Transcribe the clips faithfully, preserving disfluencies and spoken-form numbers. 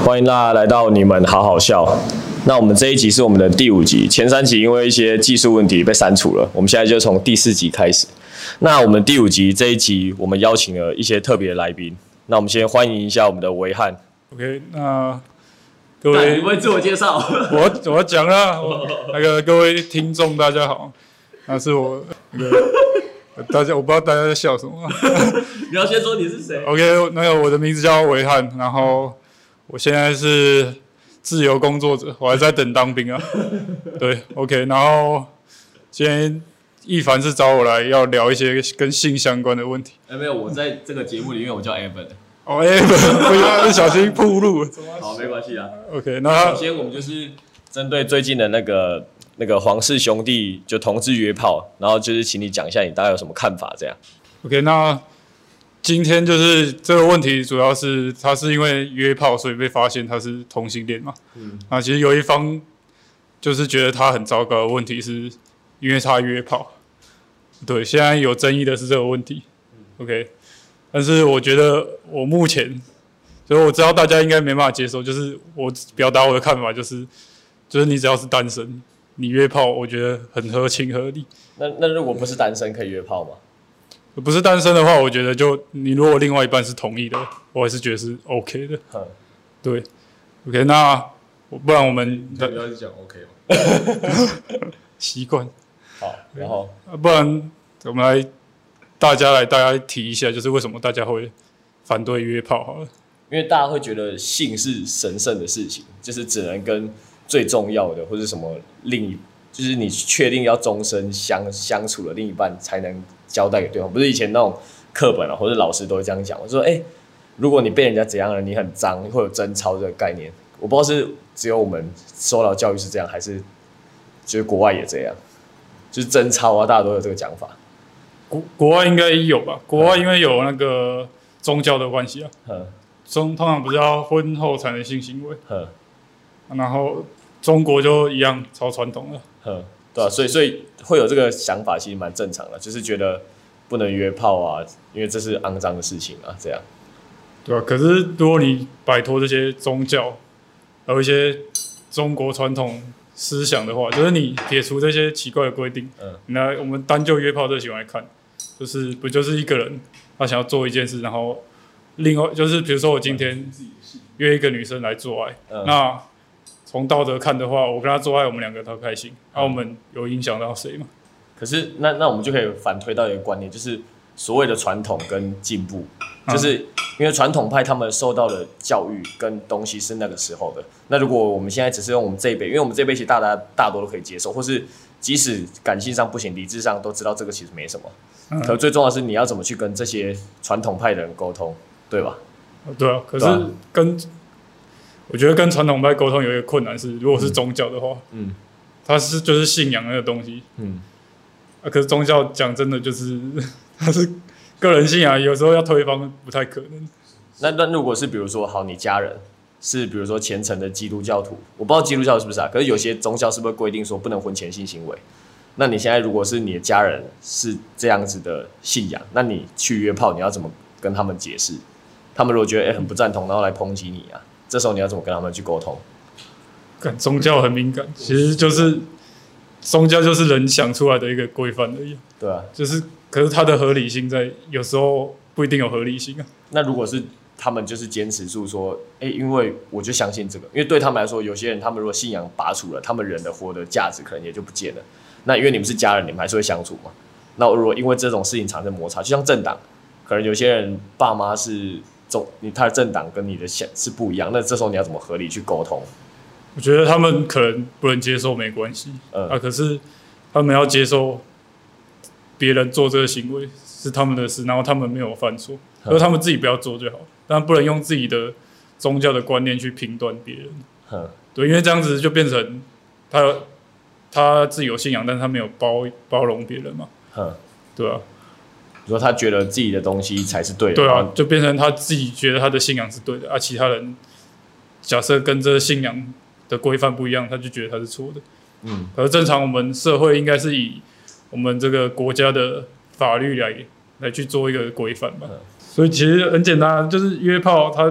欢迎大家来到你们好好笑。那我们这一集是我们的第五集，前三集因为一些技术问题被删除了，我们现在就从第四集开始。那我们第五集这一集，我们邀请了一些特别的来宾。那我们先欢迎一下我们的维汉。 OK， 那各位， 你会自我介绍？ 我我要讲了，那个各位听众大家好，那是我那个大家我不知道大家在笑什么。 你要先说你是谁 ？OK， 那个我的名字叫维汉，然后我现在是自由工作者，我还在等当兵啊。对 ，OK， 然后今天一凡是找我来要聊一些跟性相关的问题。 哎，没有，我在这个节目里面我叫 Evan。 哦 ，Evan， 不要小心暴露。 好，没关系啊。 OK， 那首先我们就是针对最近的那个那个皇室兄弟就同志约炮，然后就是请你讲一下你大概有什么看法这样。 OK， 那今天就是这个问题，主要是他是因为约炮，所以被发现他是同性恋嘛。嗯。那其实有一方就是觉得他很糟糕的问题，是因为他约炮。对，现在有争议的是这个问题。OK， 但是我觉得我目前，所以我知道大家应该没办法接受，就是我表达我的看法，就是就是你只要是单身，你约炮，我觉得很合情合理。 那那如果不是单身，可以约炮吗？ 不是单身的话，我觉得就你如果另外一半是同意的，我还是觉得是 OK 的。 嗯， 对 ，OK， 那不然我们不要讲 OK 吗？ 习惯。 好，然后不然我们来大家来大家提一下，就是为什么大家会反对约炮好了？ 因为大家会觉得性是神圣的事情，就是只能跟最重要的或者什么另一，就是你确定要终身相相处的另一半才能交代给对方。不是以前那种课本啊，或者老师都会这样讲，我说，哎、欸，如果你被人家怎样了，你很脏，会有贞操这个概念。我不知道是只有我们受到教育是这样，还是就是国外也这样，就是贞操啊，大家都有这个讲法。 国国外应该有吧？国外因为有那个宗教的关系啊， 嗯， 中通常不是要婚后才能性行为， 嗯， 然后中国就一样超传统了， 嗯，对啊，所以所以会有这个想法，其实蛮正常的，就是觉得不能约炮啊，因为这是肮脏的事情啊，这样。 对啊，可是如果你摆脱这些宗教，还有一些中国传统思想的话，就是你撇除这些奇怪的规定，嗯，那我们单就约炮这个情况来看，就是不就是一个人他想要做一件事，然后另外就是比如说我今天约一个女生来做爱，嗯、那从道德看的话，我跟她做爱，我们两个都开心，那、嗯啊、我们有影响到谁吗？ 可是那那我们就可以反推到一个观念，就是所谓的传统跟进步，就是因为传统派他们受到的教育跟东西是那个时候的。那如果我们现在只是用我们这一辈，因为我们这一辈其实大家大多都可以接受，或是即使感性上不行，理智上都知道这个其实没什么。嗯、可最重要的是你要怎么去跟这些传统派的人沟通，对吧？ 对啊，可是跟、啊、我觉得跟传统派沟通有一个困难是，如果是宗教的话，嗯，它是就是信仰那个东西，嗯，啊，可是宗教讲真的就是它是个人信仰，有时候要推翻不太可能。 那那如果是比如说，好，你家人是比如说虔诚的基督教徒，我不知道基督教是不是啊？可是有些宗教是不是规定说不能婚前性行为？那你现在如果是你的家人是这样子的信仰，那你去约炮，你要怎么跟他们解释？他们如果觉得、欸、很不赞同，然后来抨击你啊，这时候你要怎么跟他们去沟通？ 宗教很敏感，其实就是宗教就是人想出来的一个规范而已。 对啊， 就是可是它的合理性在有时候不一定有合理性啊。 那如果是他们就是坚持住说，哎、欸，因为我就相信这个，因为对他们来说，有些人他们如果信仰拔除了，他们人的活的价值可能也就不见了。那因为你们是家人，你们还是会相处嘛。那如果因为这种事情产生摩擦，就像政党，可能有些人爸妈是中，他的政党跟你的想是不一样，那这时候你要怎么合理去沟通？ 我觉得他们可能不能接受没关系，嗯、啊，可是他们要接受别人做这个行为是他们的事，然后他们没有犯错，而、嗯、他们自己不要做就好，但不能用自己的宗教的观念去评断别人。嗯，对，因为这样子就变成他他自己有信仰，但是他没有包包容别人嘛。嗯，对啊。 你说他觉得自己的东西才是对的， 对啊，就变成他自己觉得他的信仰是对的，啊，其他人假设跟这信仰的规范不一样，他就觉得他是错的。嗯，而正常我们社会应该是以我们这个国家的法律来来去做一个规范吧。嗯、所以其实很简单，就是约炮它，它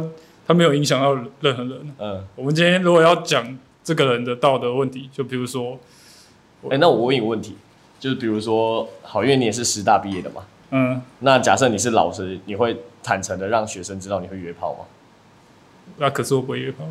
他没有影响到任何人。嗯，我们今天如果要讲这个人的道德问题，就比如说， 哎、欸，那我问你个问题，就是比如说，好，因为你也是师大毕业的嘛， 嗯， 那假设你是老师，你会坦诚的让学生知道你会约炮吗？ 那可是我不会约炮。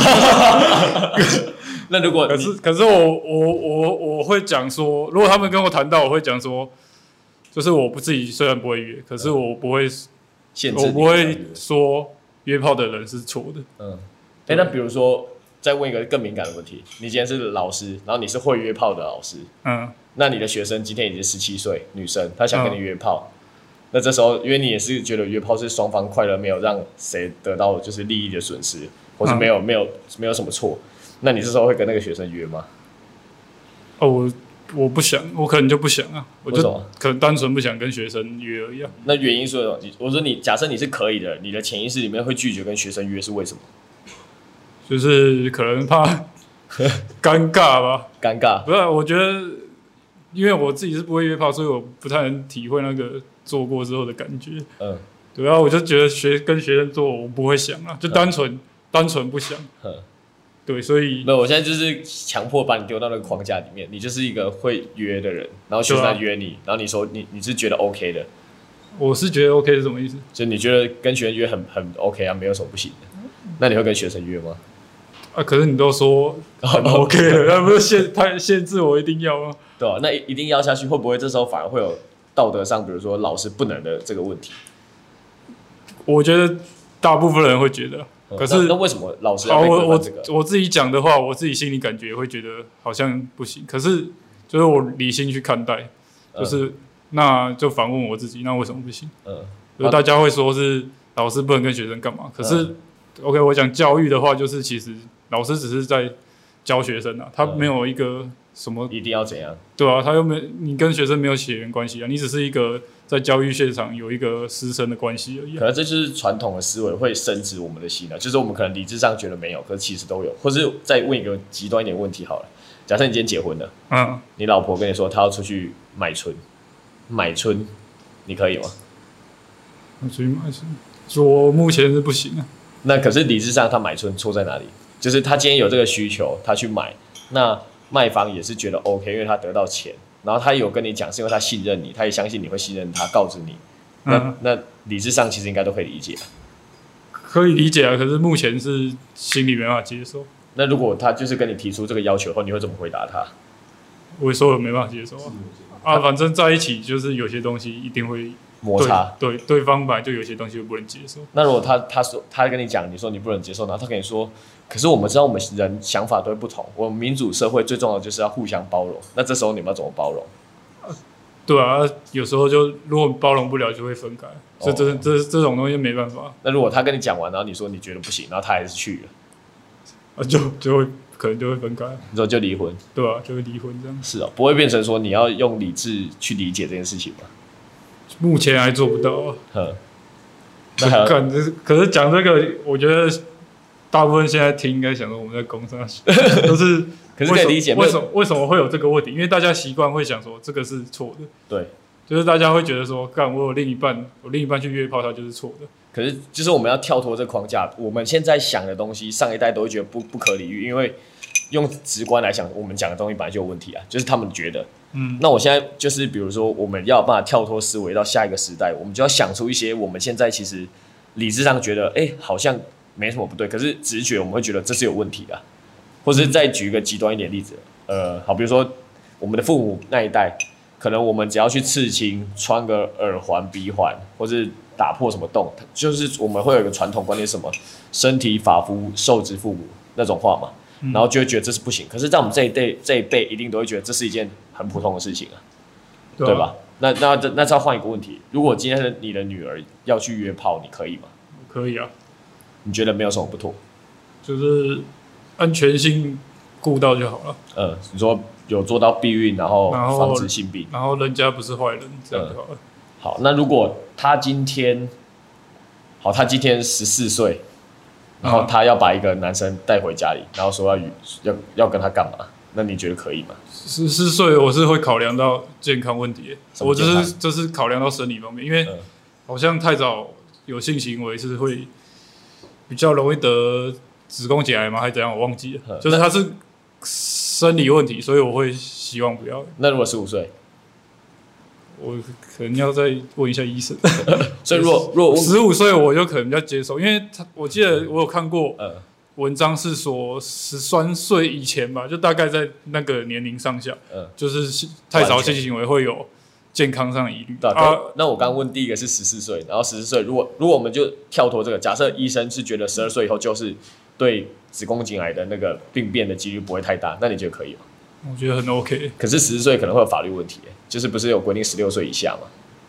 那如果可是可是我我我我会讲说，如果他们跟我谈到，我会讲说，就是我不自己虽然不会约，可是我不会限制， 我不会说约炮的人是错的。 嗯，哎、欸，那比如说再问一个更敏感的问题，你今天是老师，然后你是会约炮的老师， 嗯， 那你的学生今天已经十七岁，女生，她想跟你约炮。嗯，那这时候，因为你也是觉得约炮是双方快乐，没有让谁得到就是利益的损失，或是没有、嗯、没有没有什么错，那你这时候会跟那个学生约吗？ 哦，我我不想，我可能就不想啊，我就可能单纯不想跟学生约而已啊。 那原因是什么？我说你假设你是可以的，你的潜意识里面会拒绝跟学生约是为什么？ 就是可能怕尴尬吧。 尴尬？ 不是，我觉得因为我自己是不会约炮，所以我不太能体会那个做过之后的感觉。嗯，对啊，我就觉得学跟学生做，我不会想啊，就单纯、嗯、单纯不想。嗯，对，所以没有，我现在就是强迫把你丢到那个框架里面，你就是一个会约的人，然后学生来约你，啊、然后你说你你是觉得 OK 的。 我是觉得 OK 是什么意思？ 就你觉得跟学生约很很 OK 啊，没有什么不行的。那你会跟学生约吗？ 啊，可是你都说很 OK 了，那不是限太限制我一定要吗？ 对啊，那一定要下去，会不会这时候反而会有道德上，比如说老师不能的这个问题？ 我觉得大部分人会觉得，嗯、可是那, 那为什么老师要被规范这个？ 我我我自己讲的话，我自己心里感觉会觉得好像不行，可是就是我理性去看待，就是、嗯、那就反问我自己，那为什么不行？嗯，就是大家会说是老师不能跟学生干嘛？可是、嗯、OK， 我讲教育的话，就是其实老师只是在教学生啊，他没有一个。什么一定要怎样？ 对啊，他又没你跟学生没有血缘关系啊，你只是一个在教育现场有一个师生的关系而已、啊。 可能这就是传统的思维会深植我们的心啊，就是我们可能理智上觉得没有，可是其实都有。或是再问一个极端一点的问题好了，假设你今天结婚了，嗯，你老婆跟你说她要出去买春，买春，你可以吗？ 出去买春，我目前是不行啊。 那可是理智上她买春错在哪里？就是她今天有这个需求，她去买，那。卖方也是觉得 OK， 因为他得到钱，然后他有跟你讲，是因为他信任你，他也相信你会信任他，告知你。那、嗯、那理智上其实应该都可以理解， 可以理解啊。可是目前是心里没办法接受。 那如果他就是跟你提出这个要求后，你会怎么回答他？ 我说我没办法接受啊。啊，反正在一起就是有些东西一定会摩擦， 对 对, 对方本来就有些东西不能接受。 那如果他他说他跟你讲，你说你不能接受，然后他跟你说。可是我们知道，我们人想法都会不同。我们民主社会最重要的就是要互相包容。那这时候你们要怎么包容？ 啊对啊，有时候就如果包容不了，就会分开。这、哦、这这这种东西没办法。 那如果他跟你讲完，然后你说你觉得不行，然后他还是去了， 啊，就就会可能就会分开。 你说就离婚？ 对啊，就会离婚这样。 是啊，不会变成说你要用理智去理解这件事情吗？ 目前还做不到啊。 嗯。 那还可是讲这个，我觉得。大部分现在听应该想说我们在攻上都是， 可是可以理解为什么为什么会有这个问题？因为大家习惯会想说这个是错的， 对， 就是大家会觉得说，干我有另一半，我另一半去约炮，他就是错的。 可是就是我们要跳脱这框架，我们现在想的东西，上一代都会觉得不不可理喻，因为用直观来想，我们讲的东西本来就有问题啊，就是他们觉得，嗯，那我现在就是比如说，我们要有办法跳脱思维到下一个时代，我们就要想出一些我们现在其实理智上觉得，哎、欸，好像。没什么不对，可是直觉我们会觉得这是有问题的，或是再举一个极端一点的例子，呃，好，比如说我们的父母那一代，可能我们只要去刺青、穿个耳环、鼻环，或是打破什么洞，就是我们会有一个传统观念，什么身体发肤受之父母那种话嘛，然后就会觉得这是不行。可是，在我们这一辈这一辈，一定都会觉得这是一件很普通的事情啊，对, 对吧？那那那再换一个问题，如果今天你的女儿要去约炮，你可以吗？ 可以啊。 你觉得没有什么不妥？ 就是安全性顾到就好了。 嗯，你说有做到避孕，然后防止性病， 然后人家不是坏人，这样就好了。 嗯、好，那如果他今天，好，他今天十四岁，然后他要把一个男生带回家里，然后说要要要跟他干嘛？那你觉得可以吗？ 十四岁我是会考量到健康问题，我就是就是考量到生理方面，因为好像太早有性行为是会。 比较容易得子宫颈癌吗？还是怎样？我忘记了，就是它是生理问题，所以我会希望不要。 那如果十五岁， 我可能要再问一下医生。 所以如果如果十五岁，我就可能比较接受，因为他我记得我有看过文章是说十三岁以前吧，就大概在那个年龄上下，嗯、就是太早性行为会有健康上的疑虑。 啊，那我刚刚问第一个是十四岁，然后十四岁，如果如果我们就跳脱这个，假设医生是觉得十二岁以后就是对子宫颈癌的那个病变的几率不会太大，那你觉得可以吗？ 我觉得很 OK。 可是十四岁可能会有法律问题，就是不是有规定十六岁以下吗？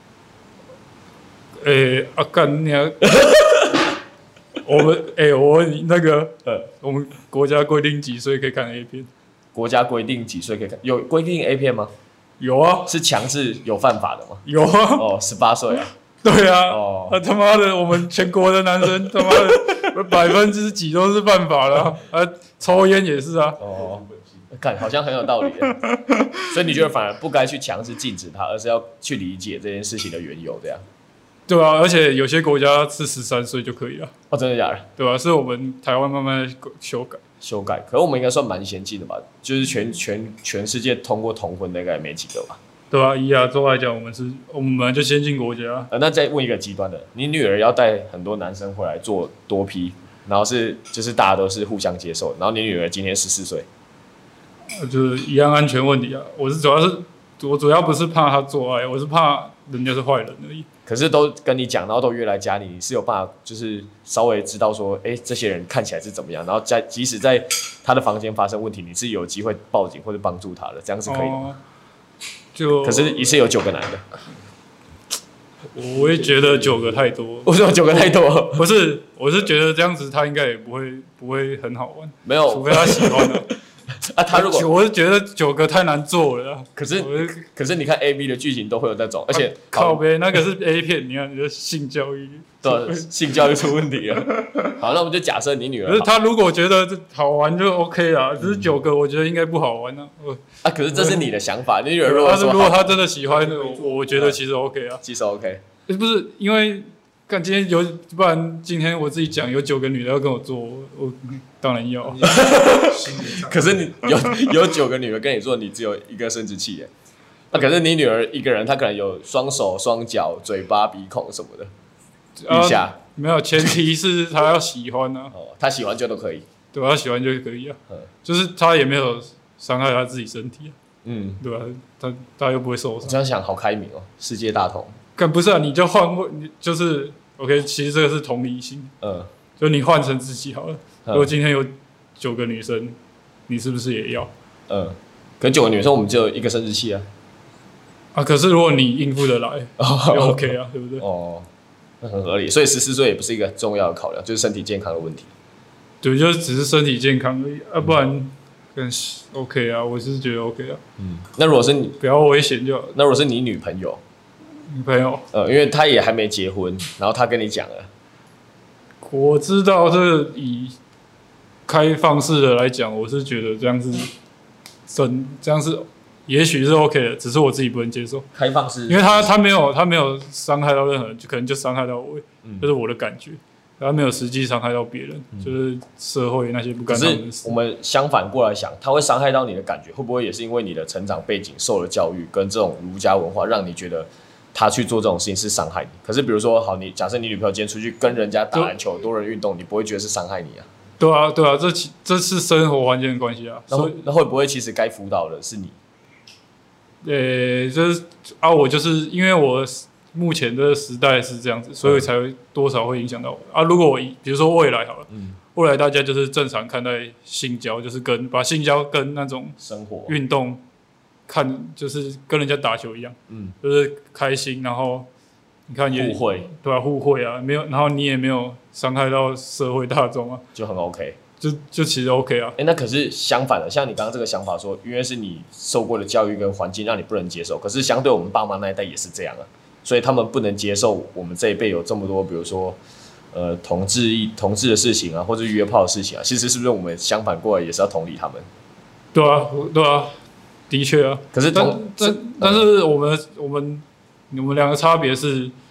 诶、欸，啊干你啊！我们诶、欸，我问你那个，呃，我们国家规定几岁可以看 A 片？ 国家规定几岁可以看？有规定 A 片吗？ 有啊， 是强制有犯法的吗？ 有啊。 哦，十八岁啊。 对啊。 哦。 啊他妈的，我们全国的男生他妈的百分之几都是犯法的啊！啊抽烟也是啊。 哦。看，好像很有道理。所以你觉得反而不该去强制禁止它，而是要去理解这件事情的缘由，这样？ 对啊，而且有些国家是十三岁就可以了。 哦，真的假的？ 对啊，是我们台湾慢慢修改。 修改，可是我们应该算蛮先进的吧？就是全全全世界通过同婚的应该也没几个吧？ 对啊，以亚洲来讲，我们是我们就先进国家。 呃，那再问一个极端的，你女儿要带很多男生回来做多批，然后是就是大家都是互相接受，然后你女儿今年十四岁。 就是一样安全问题啊！我是主要是，我主要不是怕他做爱，我是怕人家是坏人而已。 可是都跟你讲，然后都约来家里，你是有办法，就是稍微知道说，哎、欸，这些人看起来是怎么样，然后在即使在他的房间发生问题，你是有机会报警或者帮助他的，这样是可以的吗？哦、 就可是一次有九个男的， 我也觉得九个太多。 为什么九个太多？ 不是，我是觉得这样子他应该也不会不会很好玩， 没有， 除非他喜欢的。 啊，他如果我是觉得九个太难做了啦。 可是可是你看 A V 的剧情都会有那种，而且、啊、 靠北那个是 A 片，你看你的性教育， 对，性教育出问题了。好，那我们就假设你女儿， 可是他如果觉得好玩就 OK 啦，只是九个我觉得应该不好玩啊。 啊，可是这是你的想法，你女儿如果说， 如果他真的喜欢，我我觉得其实 OK 啊， 其实 OK， 不是因为。看今天有，不然今天我自己讲有九个女的要跟我做，我, 我当然要。 可是你有有九个女的跟你做，你只有一个生殖器耶。那、啊、可是你女儿一个人，她可能有双手、双脚、嘴巴、鼻孔什么的。以下、啊、 没有，前提是她要喜欢啊。 哦，她喜欢就都可以。 对，她喜欢就可以啊。嗯、就是她也没有伤害她自己身体啊。嗯，对吧、啊？她她又不会受伤。 这样想好开明哦，世界大同。 干不是啊，你就换你就是。OK， 其实这个是同理心。嗯，就你换成自己好了。如果今天有九个女生，你是不是也要？ 嗯，可九个女生我们只有一个生殖器啊。 啊，可是如果你应付得来，就 OK 啊，对不对？ 哦，那很合理。所以十四岁也不是一个重要的考量，就是身体健康的问题。 对，就只是身体健康而已啊，不然更 OK 啊，我是觉得 OK 啊。嗯， 那如果是你不要危险就好。 那如果是你女朋友？ 女朋友， 呃，因为他也还没结婚，然后他跟你讲了， 我知道这以开放式的来讲，我是觉得这样是真，这样是也许是 OK 的，只是我自己不能接受。 开放式， 因为他他没有他没有伤害到任何人，就可能就伤害到我，嗯、就是我的感觉，他没有实际伤害到别人，嗯、就是社会那些不干他们的事。 可是我们相反过来想，他会伤害到你的感觉，会不会也是因为你的成长背景、受了教育跟这种儒家文化，让你觉得？他去做这种事情是伤害你，可是比如说，好，你假设你女朋友今天出去跟人家打篮球、多人运动，你不会觉得是伤害你啊？ 对啊，对啊，这这是生活环境的关系啊。 那会那会不会其实该辅导的是你？ 呃、欸，就是啊，我就是因为我目前的时代是这样子，所以才会多少会影响到我啊。如果我比如说未来好了，嗯，未来大家就是正常看待性交，就是跟把性交跟那种生活运动。看，就是跟人家打球一样，嗯，就是开心，然后你看也互惠， 对啊，互惠啊，没有，然后你也没有伤害到社会大众啊， 就很 OK， 就就其实 OK 啊。 哎、欸，那可是相反的，像你刚刚这个想法说，因为是你受过的教育跟环境让你不能接受，可是相对我们爸妈那一代也是这样啊，所以他们不能接受我们这一辈有这么多，比如说呃同志同志的事情啊，或者约炮的事情啊，其实是不是我们相反过来也是要同理他们？ 对啊，对啊。的确啊， 可是但但但是我们我们我们两个差别是，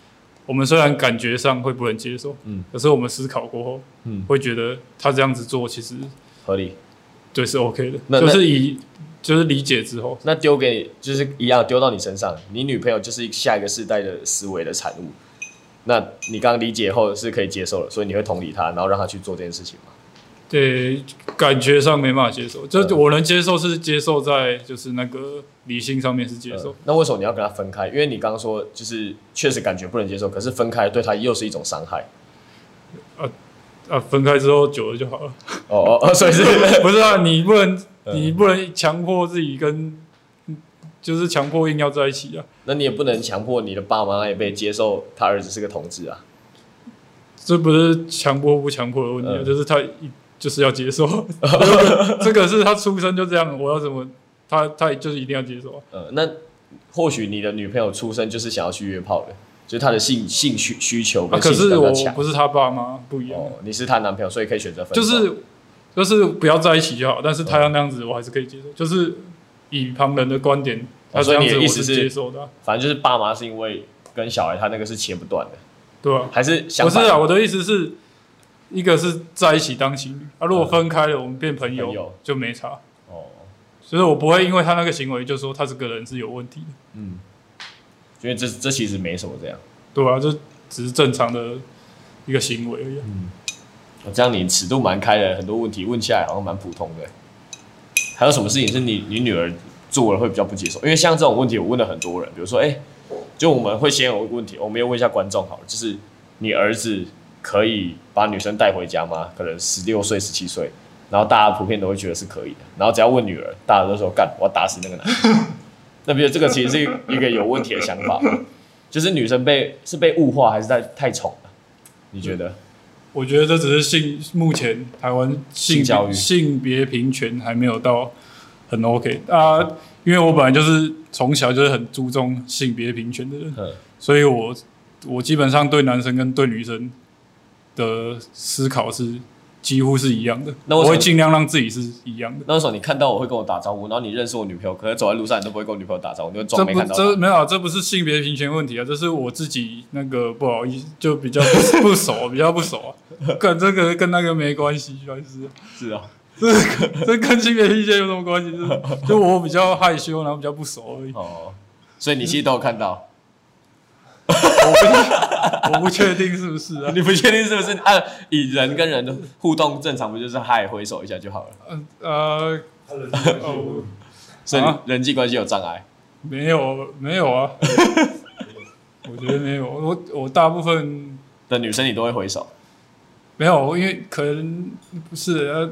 我们虽然感觉上会不能接受， 嗯， 可是我们思考过后， 嗯， 会觉得他这样子做其实合理， 对是 OK 的， 那就是以就是理解之后， 那丢给就是一样丢到你身上，你女朋友就是下一个世代的思维的产物。那你刚刚理解后是可以接受了，所以你会同理她，然后让她去做这件事情吗？ 对，感觉上没办法接受，就我能接受是接受在就是那个理性上面是接受。 呃、那为什么你要跟她分开？因为你刚刚说就是确实感觉不能接受，可是分开对她又是一种伤害。 啊啊，分开之后久了就好了。 哦哦，所以是不是啊？你不能你不能强迫自己跟，就是强迫硬要在一起啊。 那你也不能强迫你的爸妈也被接受他儿子是个同志啊。 这不是强迫不强迫的问题、啊嗯，就是他就是要接受。这个是他出生就这样，我要怎么他他就是一定要接受、啊。 呃，那或许你的女朋友出生就是想要去约炮的，就是她的性性需需求跟性比较强、啊。 可是我不是他爸妈，不一样、 哦。你是她男朋友，所以可以选择分手。 就是就是不要在一起就好，但是他要那样子，我还是可以接受。就是以旁人的观点，他这样子我是接受的、啊。 反正就是爸妈是因为跟小孩他那个是切不断的， 对啊， 还是相反？ 不是啊，我的意思是，一个是在一起当情侣啊，如果分开了，我们变朋友， 朋友就没差。 哦， 所以我不会因为他那个行为就说他这个人是有问题的。 嗯，因为这这其实没什么这样。 对啊，这只是正常的一个行为而已、啊。 嗯，这样你尺度蛮开的，很多问题问下来好像蛮普通的。还有什么事情是你你女儿做了会比较不接受？因为像这种问题，我问了很多人，比如说，哎、欸，就我们会先有问题，我们也问一下观众好了，就是你儿子可以把女生带回家吗？可能十六岁、十七岁，然后大家普遍都会觉得是可以的。然后只要问女儿，大家都说干，我要打死那个男人。那比如这个其实是一个有问题的想法，就是女生被是被物化还是太太宠了？你觉得？ 我觉得这只是性目前台湾性性教育性别平权还没有到很 OK 啊，因为我本来就是从小就是很注重性别平权的人，所以我我基本上对男生跟对女生的思考是几乎是一样的，我会尽量让自己是一样的。 那时候你看到我会跟我打招呼，然后你认识我女朋友，可是走在路上你都不会跟我女朋友打招呼，你会装没看到。 这没有，这不是性别平权问题啊，这是我自己那个不好意思，就比较不不熟，比较不熟啊。跟这个跟那个没关系，还是是啊， 这这跟性别平权有什么关系？就是就我比较害羞，然后比较不熟而已。 哦，所以你其實都有看到。 我不我不确定是不是啊？ 你不确定是不是？啊，以人跟人的互动正常不就是嗨挥手一下就好了？ 嗯呃，哦， 所以人际关系有障碍？ 没有没有啊，我觉得没有。我我大部分的女生你都会挥手？ 没有，因为可能不是啊。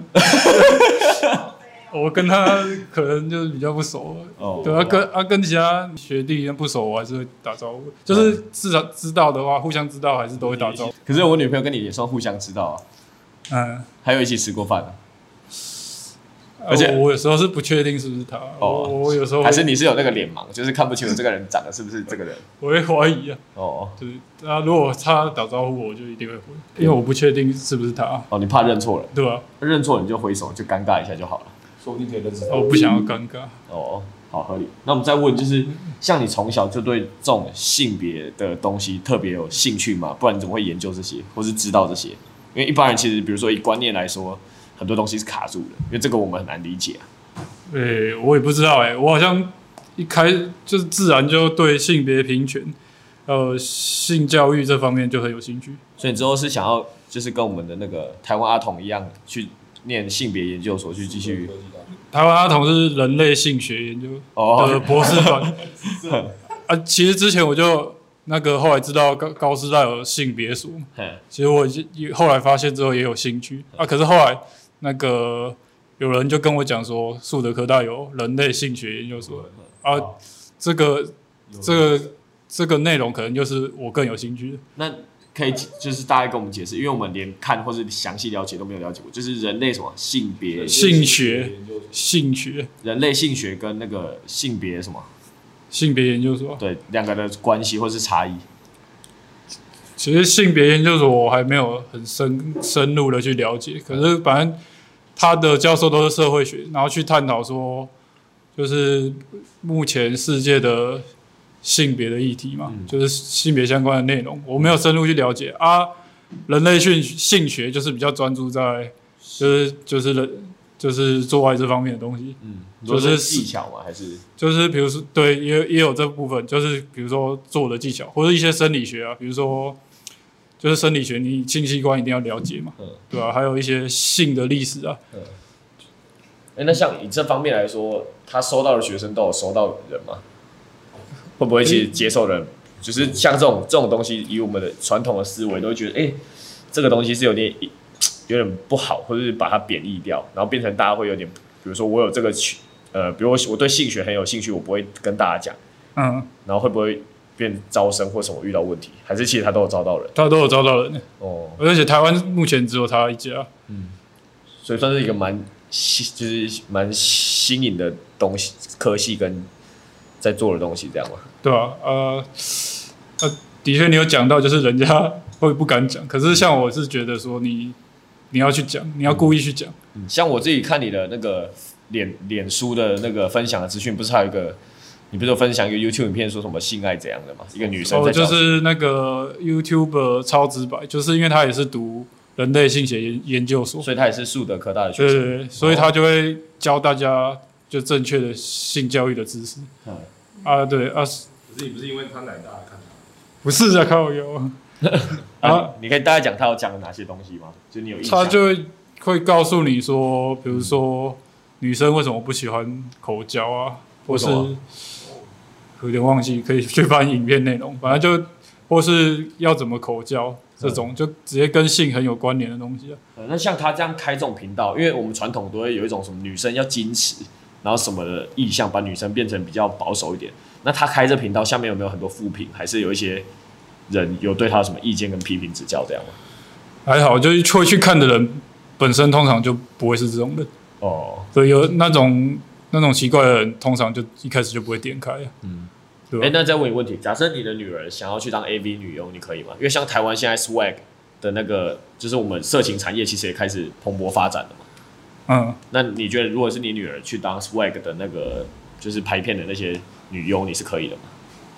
我跟他可能就是比较不熟，哦、对啊，跟啊跟其他学弟不熟，我还是会打招呼。就是至少知道的话，互相知道还是都会打招呼。 可是我女朋友跟你也算互相知道啊，嗯，还有一起吃过饭啊。 而且我有时候是不确定是不是他，哦、我, 我有时候还是你是有那个脸盲，就是看不清楚这个人长得是不是这个人。 我会怀疑啊，哦，就是啊，如果他打招呼，我就一定会回，因为我不确定是不是他。 哦，你怕认错人， 对吧、啊？ 认错人就挥手，就尴尬一下就好了。 说不定可以认识他。 我不想要尴尬。 哦，好合理。那我们再问，就是像你从小就对这种性别的东西特别有兴趣吗？不然你怎么会研究这些，或是知道这些？因为一般人其实，比如说以观念来说，很多东西是卡住的，因为这个我们很难理解啊。 对、欸，我也不知道哎、欸，我好像一开就是自然就对性别平权、呃性教育这方面就很有兴趣。 所以你之后是想要就是跟我们的那个台湾阿童一样去念性别研究所去继续。 台湾阿童是人类性学研究的博士班、oh. 啊，其实之前我就那个后来知道高高师大有性别所，其实我后来发现之后也有兴趣啊，可是后来那个有人就跟我讲说，树德科大有人类性学研究所啊，这个这个这个内容可能就是我更有兴趣的。 那可以就是大概跟我们解释，因为我们连看或是详细了解都没有了解过，就是人类什么性别性学性学人类性学跟那个性别什么性别研究所对两个的关系或是差异。 其实性别研究所我还没有很深深入的去了解，可是反正他的教授都是社会学，然后去探讨说，就是目前世界的性别的议题嘛， 嗯、 就是性别相关的内容，我没有深入去了解啊。人类性性学就是比较专注在，就是就是人就是做爱这方面的东西， 嗯， 就是技巧嘛，还是就是比如说对，也也有这部分，就是比如说做的技巧，或者一些生理学啊，比如说就是生理学，你性器官一定要了解嘛，嗯、对吧、啊？还有一些性的历史啊。 嗯，哎、欸，那像以这方面来说，他收到的学生都有收到人吗？会不会其实接受人？欸就是像这种这种东西，以我们的传统的思维，都会觉得，哎、欸，这个东西是有点有点不好，或者是把它贬义掉，然后变成大家会有点，比如说我有这个呃，比如我我对性学很有兴趣，我不会跟大家讲， 嗯， 然后会不会变招生或什么遇到问题？还是其实他都有招到人？ 他都有招到人哦， 而且台湾目前只有他一家， 嗯，所以算是一个蛮就是蛮新颖的东西，科系跟在做的东西这样嘛。 对啊，呃，呃，的确你有讲到，就是人家会不敢讲，可是像我是觉得说你你要去讲，你要故意去讲、 嗯。像我自己看你的那个脸脸书的那个分享的资讯，不是还有一个，你不是有分享一个 YouTube 影片说什么性爱怎样的吗？一个女生在教、 哦，就是那个 YouTuber 超直白，就是因为他也是读人类性学研研究所， 所以他也是树德科大的学生， 对对对，所以他就会教大家就正确的性教育的知识。嗯、啊，对啊。 可是你不是因为他奶大看他？ 不是啊，靠腰。 啊，你可以大概讲他有讲了哪些东西吗？就你有印象？ 他就会会告诉你说，比如说女生为什么不喜欢口交啊，或是有点忘记，可以去翻影片内容，反正就或是要怎么口交这种，就直接跟性很有关联的东西啊。 嗯、那像他这样开这种频道，因为我们传统都会有一种什么女生要矜持，然后什么的意向，把女生变成比较保守一点。那他开这频道下面有没有很多负评，还是有一些人有对他有什么意见跟批评指教这样吗？ 还好，就是会去看的人本身通常就不会是这种人哦， 所以有那种那种奇怪的人，通常就一开始就不会点开。 嗯，对。哎、欸，那再问你个问题，假设你的女儿想要去当 A V 女优，你可以吗？因为像台湾现在 swag 的那个，就是我们色情产业其实也开始蓬勃发展了嘛。嗯，那你觉得如果是你女儿去当 swag 的那个，就是拍片的那些女优，你是可以的吗？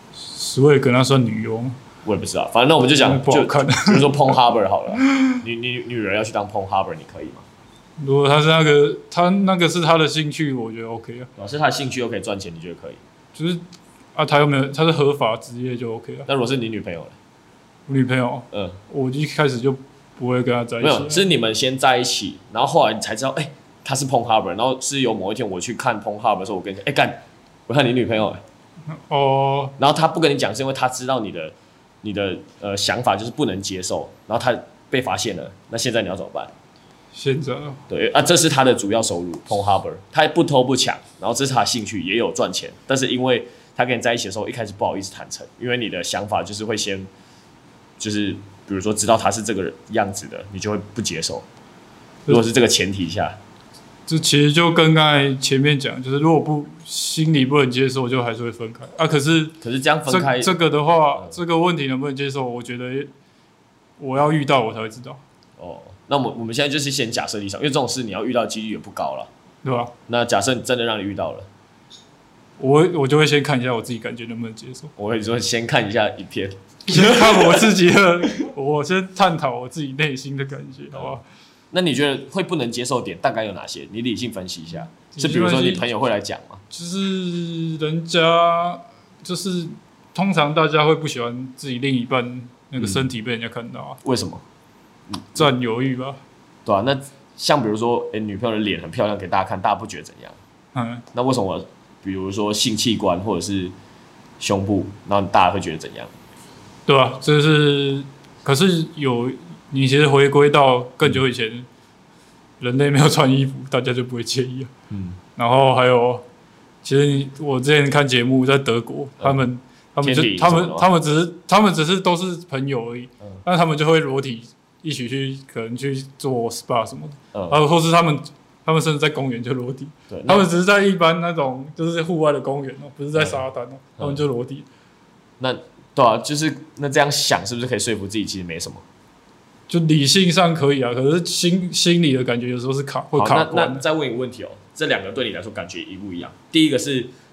swag 那算女优吗？ 我也不知道，反正那我们就讲， 不好看就比如说 Pornhub 好了，你你女人要去当 Pornhub， 你可以吗？ 如果他是那个，他那个是他的兴趣，我觉得 OK 啊。 老师他的兴趣又可以赚钱，你觉得可以？ 就是啊，他又没有，他是合法职业就 OK 了。 那如果是你女朋友呢？ 我女朋友，嗯，我一开始就不会跟她在一起。 没有，是你们先在一起，然后后来你才知道，哎、欸，他是 Pornhub， 然后是有某一天我去看 Pornhub 的时候，我跟你讲，哎、欸、干，我看你女朋友、欸，哦，然后他不跟你讲，是因为他知道你的你的呃想法就是不能接受，然后他被发现了，那现在你要怎么办？ 现在对啊，这是他的主要收入 ，Pornhub， 他不偷不抢，然后这是他的兴趣，也有赚钱，但是因为他跟你在一起的时候，一开始不好意思坦诚，因为你的想法就是会先，就是比如说知道他是这个样子的，你就会不接受。如果是这个前提下， 这其实就跟刚才前面讲，就是如果不心里不能接受，就还是会分开啊。可是可是这样分开， 这, 这个的话、嗯，这个问题能不能接受？我觉得我要遇到我才会知道。 哦。那我们我们现在就是先假设立场，因为这种事你要遇到的几率也不高了， 对吧？ 那假设真的让你遇到了， 我我就会先看一下我自己感觉能不能接受。 我会说先看一下影片， 先看我自己的，我先探讨我自己内心的感觉，好不好？ 那你觉得会不能接受点大概有哪些？你理性分析一下，是比如说你朋友会来讲吗？ 就是人家就是通常大家会不喜欢自己另一半那个身体被人家看到啊？ 为什么？ 占有欲吧， 对啊，那像比如说，哎、欸，女朋友的脸很漂亮给大家看，大家不觉得怎样？嗯，那为什么，比如说性器官或者是胸部，然后大家会觉得怎样？ 对啊，这是，可是有你其实回归到更久以前，嗯、人类没有穿衣服，大家就不会介意啊。嗯，然后还有，其实我之前看节目在德国，他们、嗯、他们就他们他们只是他们只是都是朋友而已，嗯、但他们就会裸体。一起去可能去做 S P A 什么的，嗯，然后或是他们他们甚至在公园就裸体，对，他们只是在一般那种就是户外的公园哦，不是在沙滩哦，嗯，他们就裸体。 那对啊，就是那这样想是不是可以说服自己其实没什么？ 就理性上可以啊，可是心心里的感觉有时候是卡会卡关。 那那再问一个问题哦，这两个对你来说感觉一不一样？第一个是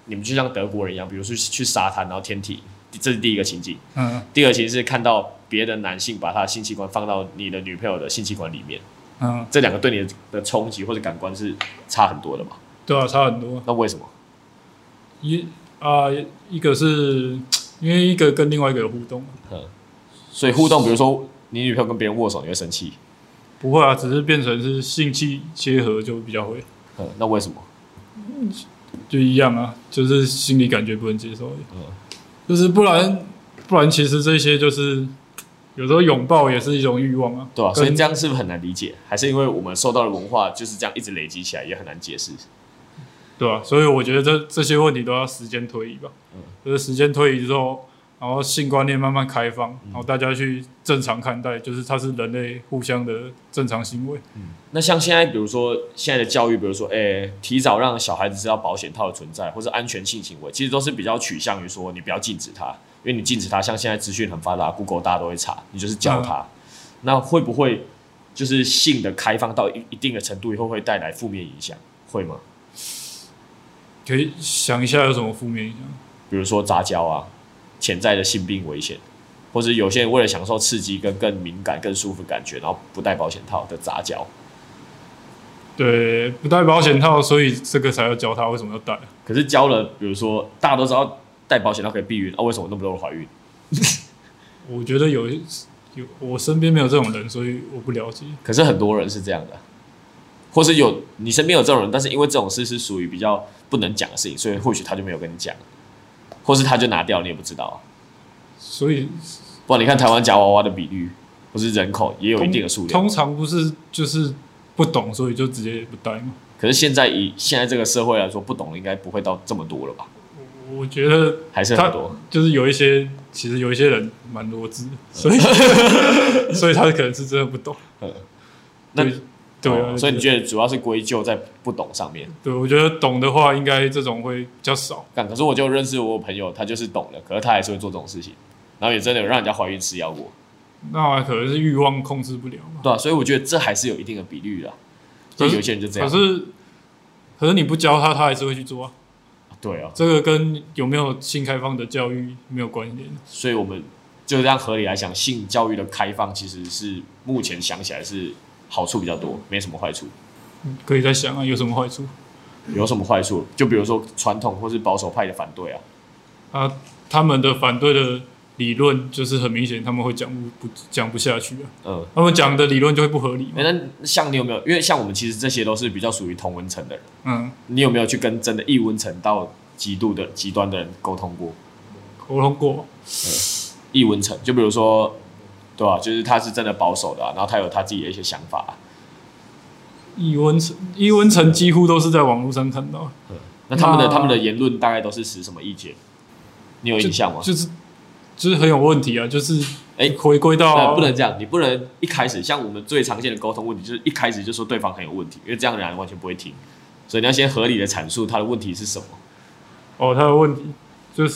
你们就像德国人一样，比如说去沙滩，然后天体，这是第一个情境。 嗯， 第二个情境是看到别的男性把他的性器官放到你的女朋友的性器官里面， 嗯， 这两个对你的冲击或者感官是差很多的嘛？ 对啊，差很多。 那为什么？ 一啊、呃，一个是因为一个跟另外一个有互动， 嗯，所以互动，比如说你女朋友跟别人握手，你会生气？ 不会啊，只是变成是性器结合就比较会。 嗯，那为什么？ 就一样啊，就是心理感觉不能接受而已。 嗯， 就是不然不然，其实这些就是有时候拥抱也是一种欲望啊。 对啊，所以这样是不是很难理解？还是因为我们受到的文化就是这样一直累积起来，也很难解释？ 对啊，所以我觉得这这些问题都要时间推移吧。嗯，就是时间推移之后，然后性观念慢慢开放，然后大家去正常看待，就是它是人类互相的正常行为。 嗯，那像现在，比如说现在的教育，比如说，诶、欸，提早让小孩子知道保险套的存在，或是安全性行为，其实都是比较取向于说，你不要禁止它，因为你禁止它，像现在资讯很发达 ，Google 大家都会查，你就是教他。嗯、那会不会就是性的开放到一一定的程度以后，会带来负面影响？会吗？ 可以想一下有什么负面影响？ 比如说杂交啊。潜在的性病危险，或者有些人为了享受刺激跟更敏感、更舒服感觉，然后不戴保险套的杂交。 对，不戴保险套，所以这个才要教他为什么要戴。 可是教了，比如说大家都知道戴保险套可以避孕，啊，为什么那么多人怀孕？ 我觉得有有，我身边没有这种人，所以我不了解。 可是很多人是这样的，或是有你身边有这种人，但是因为这种事是属于比较不能讲的事情，所以或许他就没有跟你讲。或是他就拿掉，你也不知道、啊。 所以， 不然你看台湾夹娃娃的比率，或是人口也有一定的数量。 通常不是就是不懂，所以就直接不戴吗？ 可是现在以现在这个社会来说，不懂的应该不会到这么多了吧？ 我觉得还是很多， 就是有一些，其实有一些人蛮弱智，所以所以他可能是真的不懂。 嗯，那。 对啊、 哦，所以你觉得主要是归咎在不懂上面？ 对，我觉得懂的话，应该这种会比较少。 可是我就认识我朋友，他就是懂了，可是他还是会做这种事情，然后也真的有让人家怀孕吃药过。 那可能是欲望控制不了嘛。 对啊，所以我觉得这还是有一定的比率啦。就有些人就这样。 可是，可是你不教他，他还是会去做啊。 对啊， 这个跟有没有性开放的教育没有关联。 所以我们就这样合理来讲，性教育的开放其实是目前想起来是。好处比较多，没什么坏处。 可以再想啊，有什么坏处？ 有什么坏处？就比如说传统或是保守派的反对啊。 啊，他们的反对的理论就是很明显，他们会讲不不讲不下去啊。嗯，他们讲的理论就会不合理嘛。 欸、那像你有没有？因为像我们其实这些都是比较属于同温层的人。 嗯， 你有没有去跟真的异温层到极度的极端的人沟通过？ 沟通过。 嗯，异温层，就比如说。对啊，就是他是真的保守的、啊，然后他有他自己的一些想法、啊。 异温层，异温层几乎都是在网络上看到。 嗯，那他们的他们的言论大概都是持什么意见？你有印象吗？ 就、就是就是很有问题啊，就是哎， 回归到、 欸、不能这样，你不能一开始像我们最常见的沟通问题，就是一开始就说对方很有问题，因为这样的人完全不会听，所以你要先合理的阐述他的问题是什么。 哦，他的问题就是。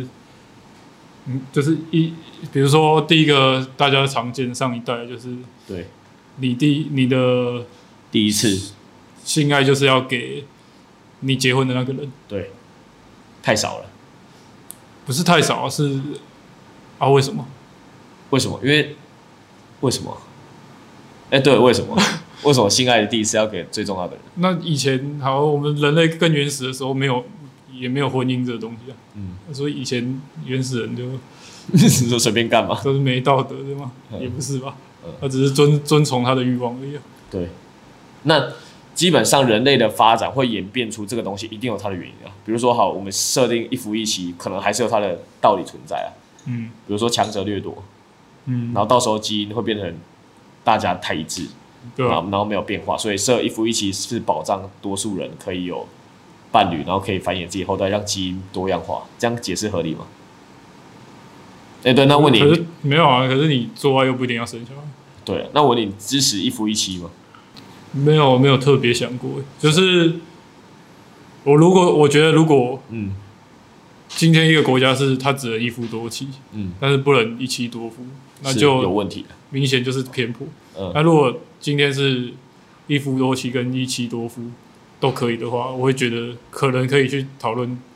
嗯，就是一，比如说第一个大家常见上一代就是， 对， 你第你的第一次性爱就是要给你结婚的那个人， 对，太少了， 不是太少，是啊，为什么？ 为什么？因为为什么？哎、欸，对，为什么？为什么性爱的第一次要给最重要的人？ 那以前好，我们人类更原始的时候没有。也没有婚姻这个东西啊，嗯，所以以前原始人就你说随便干嘛， 都是没道德的嘛，嗯、也不是吧？嗯、他只是遵遵从他的欲望而已、啊。 对，那基本上人类的发展会演变出这个东西，一定有它的原因啊。比如说，好，我们设定一夫一妻，可能还是有它的道理存在啊。嗯，比如说强者掠夺，嗯，然后到时候基因会变成大家太一致，对、啊，然后然后没有变化，所以设一夫一妻是保障多数人可以有。伴侣，然后可以繁衍自己后代，让基因多样化，这样解释合理吗？哎、欸，对，那问你， 可是没有啊，可是你做爱又不一定要生小孩。 对，那我问你，支持一夫一妻吗？ 没有，没有特别想过，就是我如果我觉得如果嗯，今天一个国家是他只能一夫多妻，嗯，但是不能一妻多夫，那就有问题， 明显就是偏颇。嗯，那如果今天是一夫多妻跟一妻多夫。都可以的话，我会觉得可能可以去讨论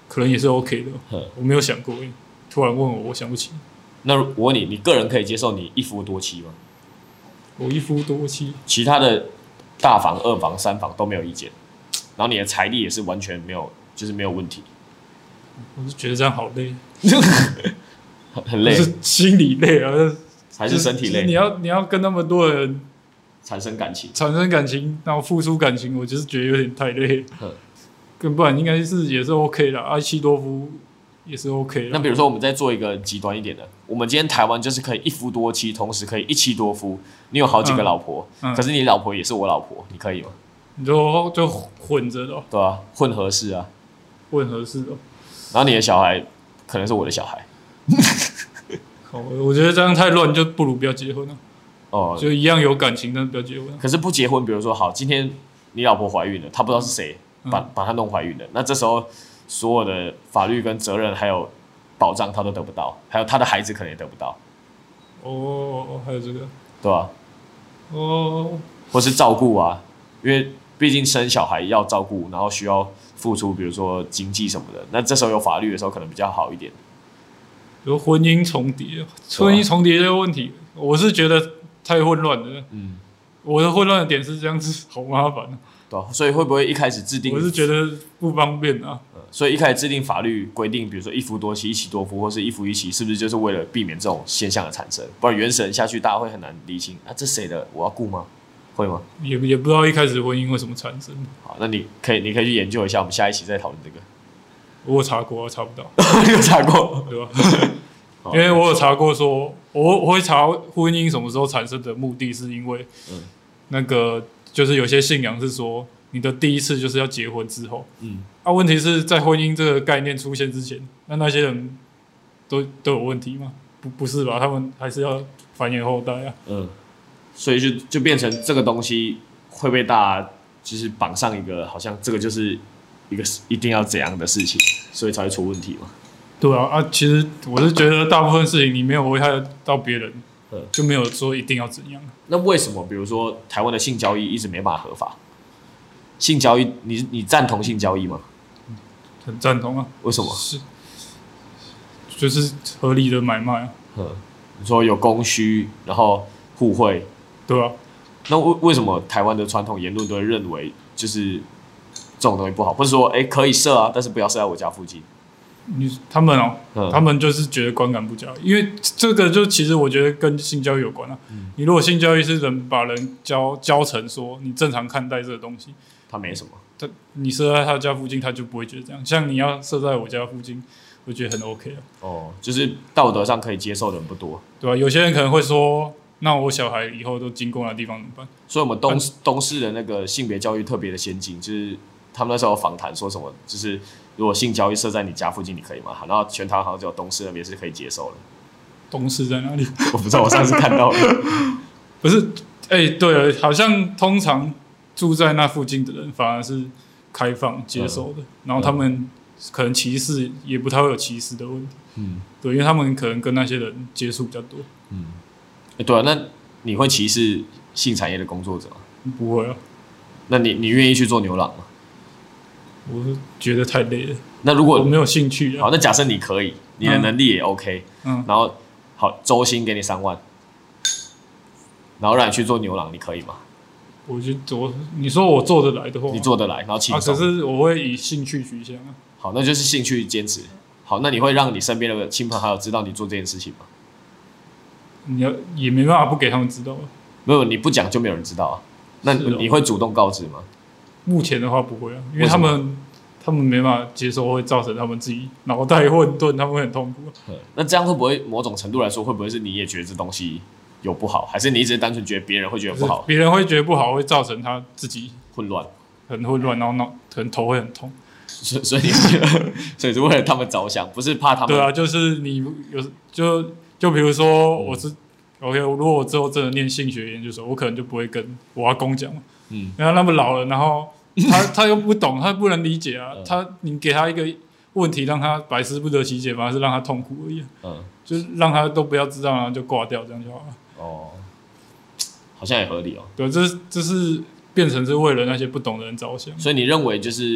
可能也是 OK 的。我没有想过，突然问我，我想不起。 那我问你，你个人可以接受你一夫多妻吗？ 我一夫多妻， 其他的大房、二房、三房都没有意见，然后你的财力也是完全没有，就是没有问题。 我是觉得这样好累， 很累， 是心理累啊， 还是身体累？ 就是、你要你要跟那么多人产生感情， 产生感情，然后付出感情，我就是觉得有点太累。更不然应该是也是 OK 啦，爱妻多夫也是 OK 啦。 那比如说，我们再做一个极端一点的，我们今天台湾就是可以一夫多妻，同时可以一妻多夫。你有好几个老婆，嗯嗯、可是你老婆也是我老婆，你可以吗？ 你就就混着的、哦， 对啊，混合式啊， 混合式哦。 然后你的小孩可能是我的小孩。 好，我觉得这样太乱，就不如不要结婚了。 哦， 就一样有感情，但是不要结婚。 可是不结婚，比如说好，今天你老婆怀孕了，她不知道是谁把、嗯、把她弄怀孕的，那这时候所有的法律跟责任还有保障她都得不到，还有她的孩子可能也得不到。 哦，还有这个， 对吧、啊？ 哦， 或是照顾啊，因为毕竟生小孩要照顾，然后需要付出，比如说经济什么的，那这时候有法律的时候可能比较好一点。 有婚姻重叠，婚姻重叠这个问题，我是觉得太混乱了。嗯，我的混乱的点是这样子，好麻烦啊。 对、啊，所以会不会一开始制定？ 我是觉得不方便啊。 嗯、所以一开始制定法律规定，比如说一夫多妻、一妻多夫，或是一夫一妻，是不是就是为了避免这种现象的产生？不然原始人下去，大家会很难理清啊，这谁的？我要顾吗？会吗？ 也也不知道一开始婚姻为什么产生。 好，那你可以你可以去研究一下，我们下一期再讨论这个。 我有查过，我查不到。 你有查过？ 对吧？因为我有查过说，我我会查婚姻什么时候产生的目的，是因为那个就是有些信仰是说，你的第一次就是要结婚之后。嗯。啊，问题是在婚姻这个概念出现之前，那那些人都都有问题吗？不不是吧？他们还是要繁衍后代啊。 嗯。所以就就变成这个东西会被大家就是绑上一个，好像这个就是一个一定要怎样的事情，所以才会出问题嘛。 对啊，啊，其实我是觉得大部分事情你没有危害到别人，就没有说一定要怎样。 那为什么比如说台湾的性交易一直没办法合法？性交易，你你赞同性交易吗？ 很赞同啊。 为什么？ 是，就是合理的买卖啊。 嗯，你说有供需，然后互惠。 对啊。 那为为什么台湾的传统言论都会认为就是这种东西不好，或者说哎可以射啊，但是不要射在我家附近？ 你他们哦、喔，他们就是觉得观感不佳，因为这个就其实我觉得跟性教育有关啊。嗯、你如果性教育是人把人教教成说你正常看待这个东西， 他没什么， 他你设在他家附近，他就不会觉得这样。像你要设在我家附近，我觉得很 OK 啊。 哦，就是道德上可以接受的人不多， 对吧、啊？有些人可能会说，那我小孩以后都经过那地方怎么办？ 所以我们东东市的那个性别教育特别的先进，就是他们那时候访谈说什么，就是如果性交易设在你家附近，你可以吗？然后全台湾好像只有东市那边是可以接受的。 东市在哪里？ 我不知道，我上次看到了。 不是，哎、欸，对了，好像通常住在那附近的人反而是开放接受的，嗯、然后他们可能歧视也不太会有歧视的问题。嗯，对，因为他们可能跟那些人接触比较多。 嗯，欸、对啊，那你会歧视性产业的工作者吗？ 不会啊。那你你愿意去做牛郎吗？ 我是觉得太累了。 那如果我没有兴趣、啊， 好，那假设你可以，你的能力也 OK，嗯，然后好，周薪给你三万，然后让你去做牛郎，你可以吗？ 我觉得我，你说我做得来的话， 你做得来，然后轻松、 啊。可是我会以兴趣取向啊。 好，那就是兴趣坚持。好，那你会让你身边的亲朋好友知道你做这件事情吗？ 你要也没办法不给他们知道啊。 没有，你不讲就没有人知道啊。那你会主动告知吗？ 目前的话不会啊，因为他们他们没办法接受，会造成他们自己脑袋混沌，他们会很痛苦、啊。 那这样会不会某种程度来说，会不会是你也觉得这东西有不好，还是你一直单纯觉得别人会觉得不好？ 别人会觉得不好，会造成他自己混乱， 很混乱，然后脑可能头会很痛。 所以所以所以是为了他们着想，不是怕他们。 对啊，就是你有就就比如说我是、嗯、OK， 如果我之后真的念性学研究所，我可能就不会跟我阿公讲嘛。嗯，然后那么老了，然后他他又不懂，他不能理解啊。嗯、他你给他一个问题，让他百思不得其解，反而是让他痛苦而已、啊。嗯，就是让他都不要知道，然后就挂掉，这样就好了。 哦，好像也合理哦。 对，这这是变成是为了那些不懂的人着想。 所以你认为就是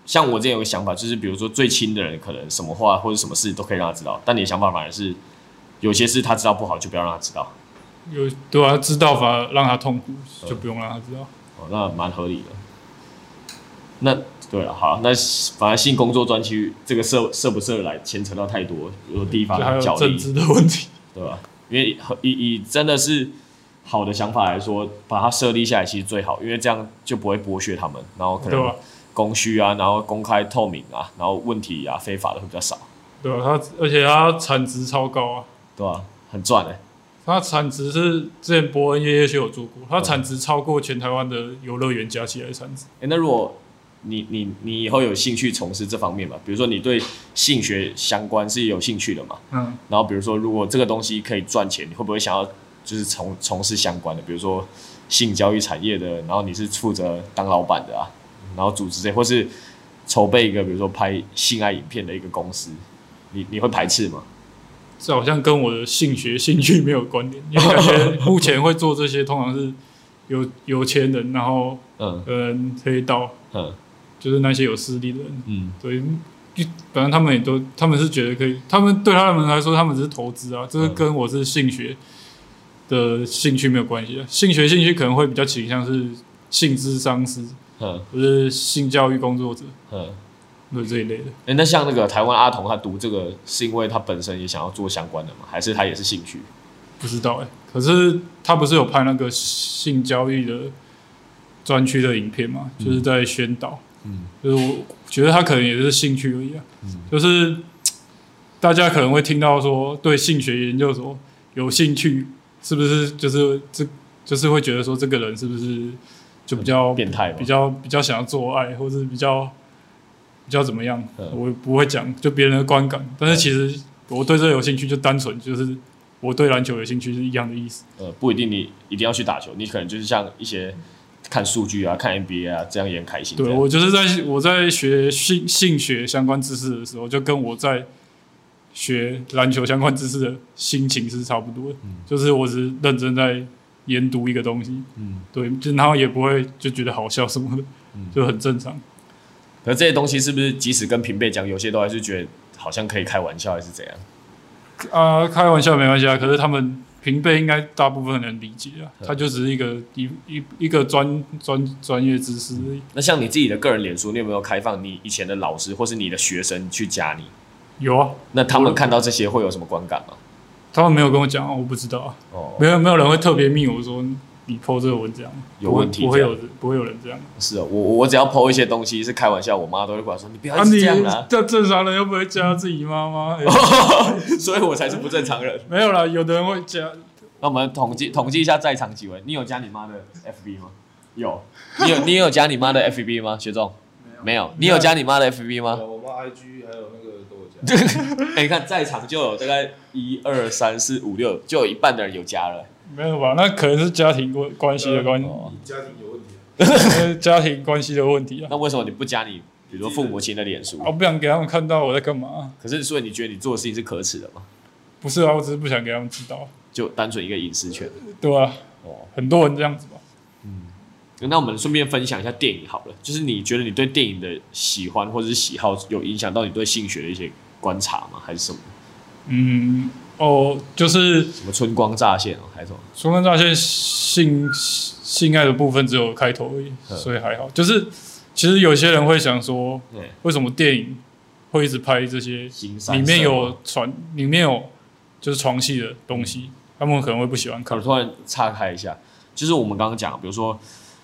像我之前有个想法，就是比如说最亲的人，可能什么话或者什么事都可以让他知道，但你的想法反而是有些事他知道不好，就不要让他知道。 有对啊，知道反而让他痛苦，就不用让他知道。 哦，那蛮合理的。那对了，好，那反而性工作专区这个涉涉不涉来牵扯到太多有地方还有角力政治的问题， 对吧？因为以以真的是好的想法来说，把它设立下来其实最好，因为这样就不会剥削他们，然后可能供需啊，然后公开透明啊，然后问题啊非法的会比较少。 对啊，它而且它产值超高啊， 对啊，很赚哎、欸。 它产值是之前伯恩夜夜秀有做过，它产值超过全台湾的游乐园加起来的产值。 哎、欸，那如果你你你以后有兴趣从事这方面嘛？比如说你对性学相关是有兴趣的嘛？嗯。然后比如说，如果这个东西可以赚钱，你会不会想要就是从从事相关的？比如说性交易产业的，然后你是负责当老板的啊，然后组织这，或是筹备一个比如说拍性爱影片的一个公司，你你会排斥吗？ 这好像跟我的性学兴趣没有关联，因为感觉目前会做这些通常是有有钱人，然后嗯嗯黑道嗯。就是那些有势力的人，嗯，对，反正他们也都，他们是觉得可以，他们对他们来说，他们只是投资啊，这个跟我是性学的兴趣没有关系啊。性学兴趣可能会比较倾向是性咨商师，嗯，或是性教育工作者，嗯，对这一类的。 哎、欸，那像那个台湾阿童，他读这个是因为他本身也想要做相关的吗？还是他也是兴趣？ 不知道哎、欸，可是他不是有拍那个性教育的专区的影片嘛，就是在宣导。嗯，就是我觉得他可能也是兴趣而已啊。嗯，就是大家可能会听到说对性学研究所有兴趣，是不是就是这就是会觉得说这个人是不是就比较变态， 比较比较想要做爱，或者比较比较怎么样？我不会讲就别人的观感，但是其实我对这个有兴趣，就单纯就是我对篮球有兴趣是一样的意思。 呃，不一定你一定要去打球，你可能就是像一些。看数据啊，看 N B A 啊，这样也很开心。 对，我就是在我在学性性学相关知识的时候，就跟我在学篮球相关知识的心情是差不多的。嗯、就是我只是认真在研读一个东西，嗯，对，就然后也不会就觉得好笑什么的，嗯、就很正常。 可是这些东西是不是即使跟平辈讲，有些都还是觉得好像可以开玩笑，还是怎样？ 啊、呃，开玩笑没关系啊，可是他们。平辈应该大部分人理解啊，它就只是一个一一一个专专专业知识而已。 那像你自己的个人脸书，你有没有开放你以前的老师或是你的学生去加你？ 有啊。 那他们看到这些会有什么观感吗？ 他们没有跟我讲，我不知道啊。哦，没有没有人会特别密我说你 po 这个文章有问题， 不会有不会有人这样。 是哦，我我只要 po 一些东西是开玩笑，我妈都会过来说你不要一直这样啊。 这正常人又不会加自己妈妈， 所以我才是不正常人。 没有啦，有的人会加。 那我们统计统计一下在场几位，你有加你妈的 F B 吗？有，你有你有加你妈的 F B 吗？学仲没有，你有加你妈的 F B 吗？ 有，我妈 I G 还有那个都有加。 哎、欸，你看在场就有大概一二三四五六，就有一半的人有加了。 没有吧？那可能是家庭关系的关系， 家庭有问题、 啊，家庭关系的问题啊。 那为什么你不加你，比如说父母亲的脸书？ 我不想给他们看到我在干嘛。 可是，所以你觉得你做的事情是可耻的吗？ 不是啊，我只是不想给他们知道。 就单纯一个隐私权， 对啊，哦，很多人这样子吧。 嗯，那我们顺便分享一下电影好了，就是你觉得你对电影的喜欢或者是喜好，有影响到你对性学的一些观察吗？还是什么？ 嗯，哦，就是什么春光乍现哦，还是什么？ 春光乍现性性爱的部分只有开头而已，所以还好。就是其实有些人会想说，为什么电影会一直拍这些？里面有传，里面有。就是床戏的东西，他们可能会不喜欢看。 我突然岔开一下，就是我们刚刚讲，比如说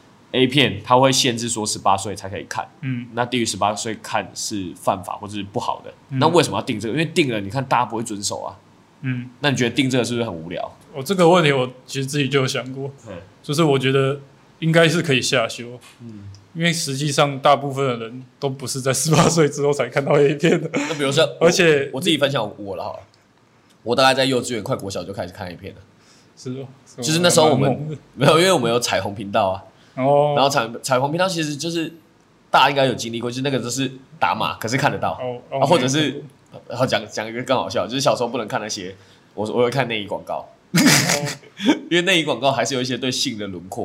A 片，它会限制说十八岁才可以看，嗯，那低于十八岁看是犯法或者是不好的。嗯、那为什么要定这个？因为定了，你看大家不会遵守啊。嗯，那你觉得定这个是不是很无聊？ 我、哦、这个问题我其实自己就有想过，嗯，就是我觉得应该是可以下修，嗯，因为实际上大部分的人都不是在十八岁之后才看到 A 片的。 那比如说， 而且我, 我自己分享我了好了。我大概在幼稚园快国小就开始看 A 片了， 是哦， 就是那时候我们没有，因为我们有彩虹频道啊， 哦， 然后彩彩虹频道其实就是大家应该有经历过，就是那个就是打码，可是看得到， 哦哦啊、或者是然后讲讲一个更好笑，就是小时候不能看那些，我我会看内衣广告，哦、因为内衣广告还是有一些对性的轮廓、啊，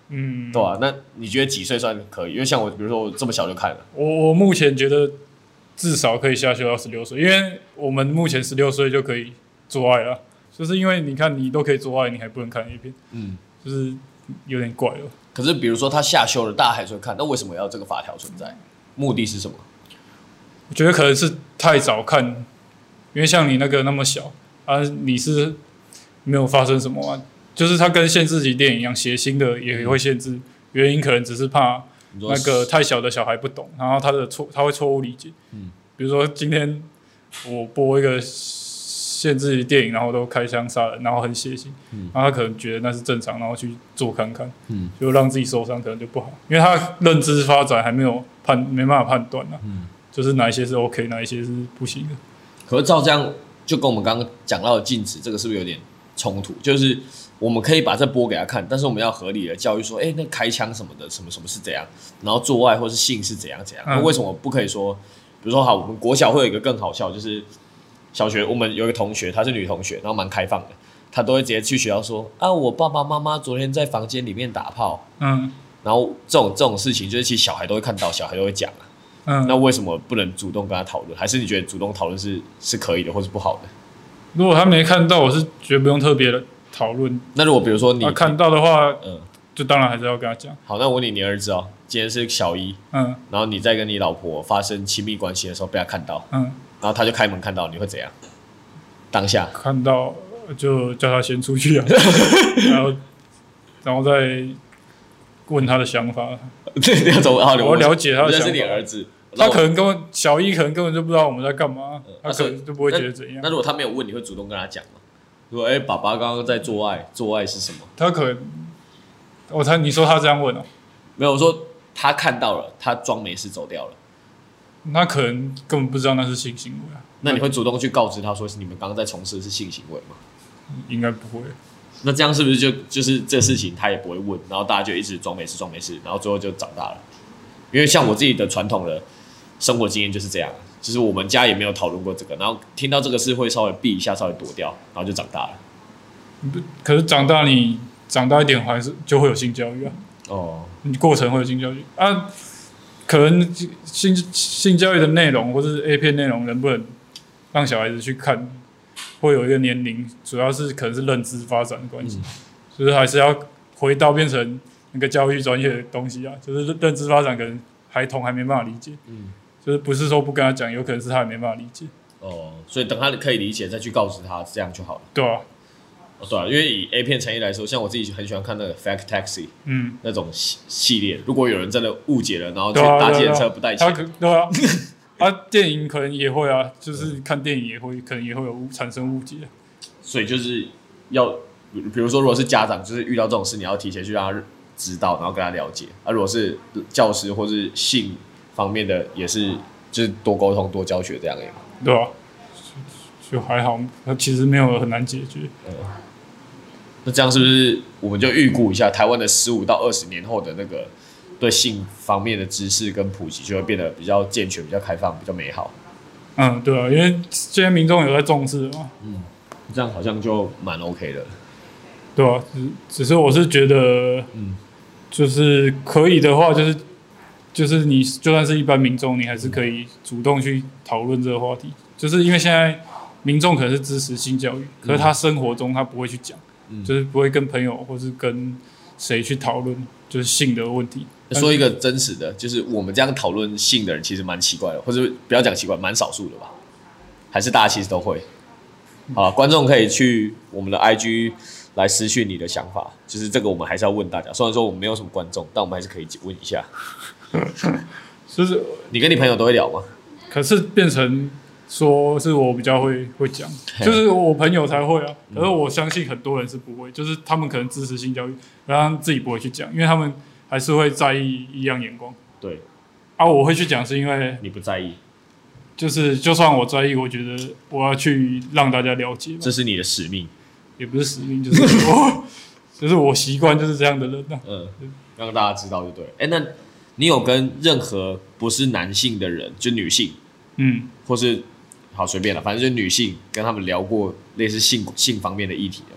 嗯， 对吧、啊？那你觉得几岁算可以？因为像我，比如说我这么小就看了， 我我目前觉得至少可以下修到十六岁，因为我们目前十六岁就可以做爱了，就是因为你看你都可以做爱，你还不能看 A 片， 嗯， 就是有点怪了。 可是比如说他下修了，大家还是会看，那为什么要这个法条存在？目的是什么？ 我觉得可能是太早看，因为像你那个那么小啊，你是没有发生什么啊，就是它跟限制级电影一样，血腥的也会限制，原因可能只是怕那个太小的小孩不懂，然后他的错他会错误理解。嗯，比如说今天我播一个限制级电影，然后都开枪杀人，然后很血腥，嗯，然后他可能觉得那是正常，然后去做看看，嗯，就让自己受伤可能就不好，因为他认知发展还没有判没办法判断啊，嗯，就是哪一些是 OK， 哪一些是不行的。 可是照这样，就跟我们刚刚讲到的禁止，这个是不是有点冲突？就是我们可以把这播给他看，但是我们要合理的教育说，哎、欸，那开枪什么的，什么什么是怎样，然后做爱或是性是怎样怎样。那、嗯、为什么不可以说，比如说好，我们国小会有一个更好笑，就是小学我们有一个同学，她是女同学，然后蛮开放的，她都会直接去学校说，啊，我爸爸妈妈昨天在房间里面打炮，嗯，然后这种这种事情，就是其实小孩都会看到，小孩都会讲啊。嗯，那为什么不能主动跟他讨论？还是你觉得主动讨论是是可以的，或是不好的？ 如果他没看到，我是觉得不用特别的讨论。 那如果比如说你、 啊、看到的话，嗯，就当然还是要跟他讲。 好，那我问你，你儿子哦，今天是小一，嗯，然后你在跟你老婆发生亲密关系的时候被他看到，嗯，然后他就开门看到，你会怎样？当下看到就叫他先出去啊，然后然后再问他的想法。 对，要怎么？我要了解他的想法。 这是你儿子。 他可能根本小一可能根本就不知道我们在干嘛，嗯、他可能就不会觉得怎样。 那, 那如果他没有问，你会主动跟他讲吗？说，哎、欸，爸爸刚刚在做爱，做爱是什么？ 他可能，我猜你说他这样问哦、喔， 没有，我说他看到了，他装没事走掉了， 他可能根本不知道那是性行为啊。 那你会主动去告知他说，你们刚刚在从事的是性行为吗？ 应该不会。 那这样是不是就就是这事情他也不会问，然后大家就一直装没事装没事，然后最后就长大了？因为像我自己的传统的生活经验就是这样，就是我们家也没有讨论过这个，然后听到这个事会稍微避一下，稍微躲掉，然后就长大了。 可是长大你长大一点还是就会有性教育啊。哦，你过程会有性教育啊，可能性性教育的内容或是 A 片内容能不能让小孩子去看，会有一个年龄，主要是可能是认知发展的关系，嗯、就是还是要回到变成那个教育专业的东西啊，就是认知发展可能孩童还没办法理解，嗯，就是不是说不跟他讲，有可能是他也没办法理解。 哦，所以等他可以理解再去告知他，这样就好了。 对啊。 哦，对啊，因为以 A 片产业来说，像我自己很喜欢看那个 Fact Taxi， 嗯，那种系列。如果有人真的误解了，然后去搭计程车不带钱， 对啊，对啊，啊，电影可能也会啊，就是看电影也会，可能也会有产生误解。 所以就是要，比如说，如果是家长，就是遇到这种事，你要提前去让他知道，然后跟他了解。啊，如果是教师或是性方面的，也是就是多沟通、多教学这样而已嘛。 对啊，就还好，其实没有很难解决。嗯。 那这样是不是我们就预估一下，台湾的十五到二十年后的那个对性方面的知识跟普及就会变得比较健全、比较开放、比较美好？ 嗯，对啊，因为现在民众有在重视嘛。 嗯，这样好像就蛮 OK 的。 对啊，只只是我是觉得，嗯，就是可以的话，就是就是你就算是一般民众，你还是可以主动去讨论这个话题，就是因为现在民众可能是支持性教育，可是他生活中他不会去讲。嗯、就是不会跟朋友或是跟谁去讨论就是性的问题。 说一个真实的，就是我们这样讨论性的人其实蛮奇怪的，或者不要讲奇怪，蛮少数的吧？还是大家其实都会？好，观众可以去我们的 I G 来私讯你的想法，就是这个我们还是要问大家。虽然说我们没有什么观众，但我们还是可以问一下。 就是你跟你朋友都会聊吗？ 可是变成。说是我比较会会讲，就是我朋友才会啊。可是我相信很多人是不会，就是他们可能支持性教育，然后他们自己不会去讲，因为他们还是会在意异样眼光。 对， 啊，我会去讲是因为你不在意， 就是就算我在意，我觉得我要去让大家了解， 这是你的使命， 也不是使命，就是我，就是我习惯就是这样的人啊。 嗯，让大家知道就对了。哎、欸，那你有跟任何不是男性的人，就女性，嗯，或是好随便了，反正就是女性跟他们聊过类似性性方面的议题的嘛？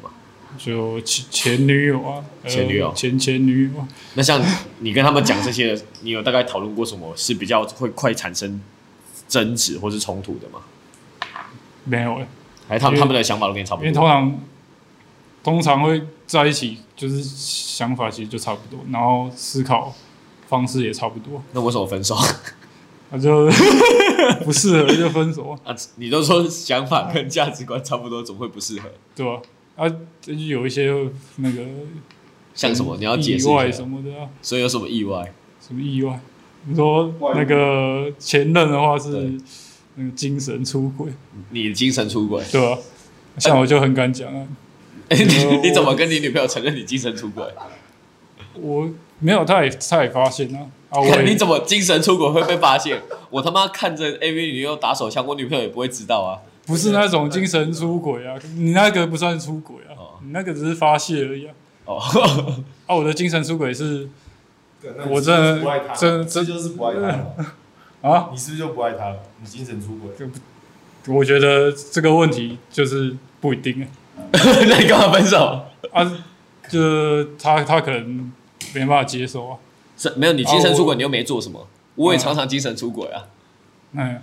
就前前女友啊， 前女友、 前前女友啊。 那像你跟他们讲这些，你有大概讨论过什么是比较会快产生争执或是冲突的吗？ 没有哎， 还是他们他们的想法都跟你差不多？ 因为通常通常会在一起，就是想法其实就差不多，然后思考方式也差不多。 那为什么分手？ 那就不适合就分手啊！你都说想法跟价值观差不多，怎么会不适合？ 对吧、啊？啊，就有一些那个像什么？你要解释意外什么的啊？ 所以有什么意外？ 什么意外？你说那个前任的话是那个精神出轨， 你精神出轨， 对吧、啊？像我就很敢讲啊。 欸、你你怎么跟你女朋友承认你精神出轨？ 我没有，他也他也发现啊。啊你怎么精神出轨会被发现？我他妈看着 A V 女优打手枪，我女朋友也不会知道啊。 不是那种精神出轨啊，你那个不算出轨啊，哦、你那个只是发泄而已啊。哦，啊，我的精神出轨是，我真的不爱他， 真这就是不爱他啊！你是不是就不爱他？你精神出轨？ 我觉得这个问题就是不一定啊。 那你干嘛分手？ 啊，就他他可能没办法接受啊。 是没有你精神出轨，你又没做什么。我也常常精神出轨啊。嗯。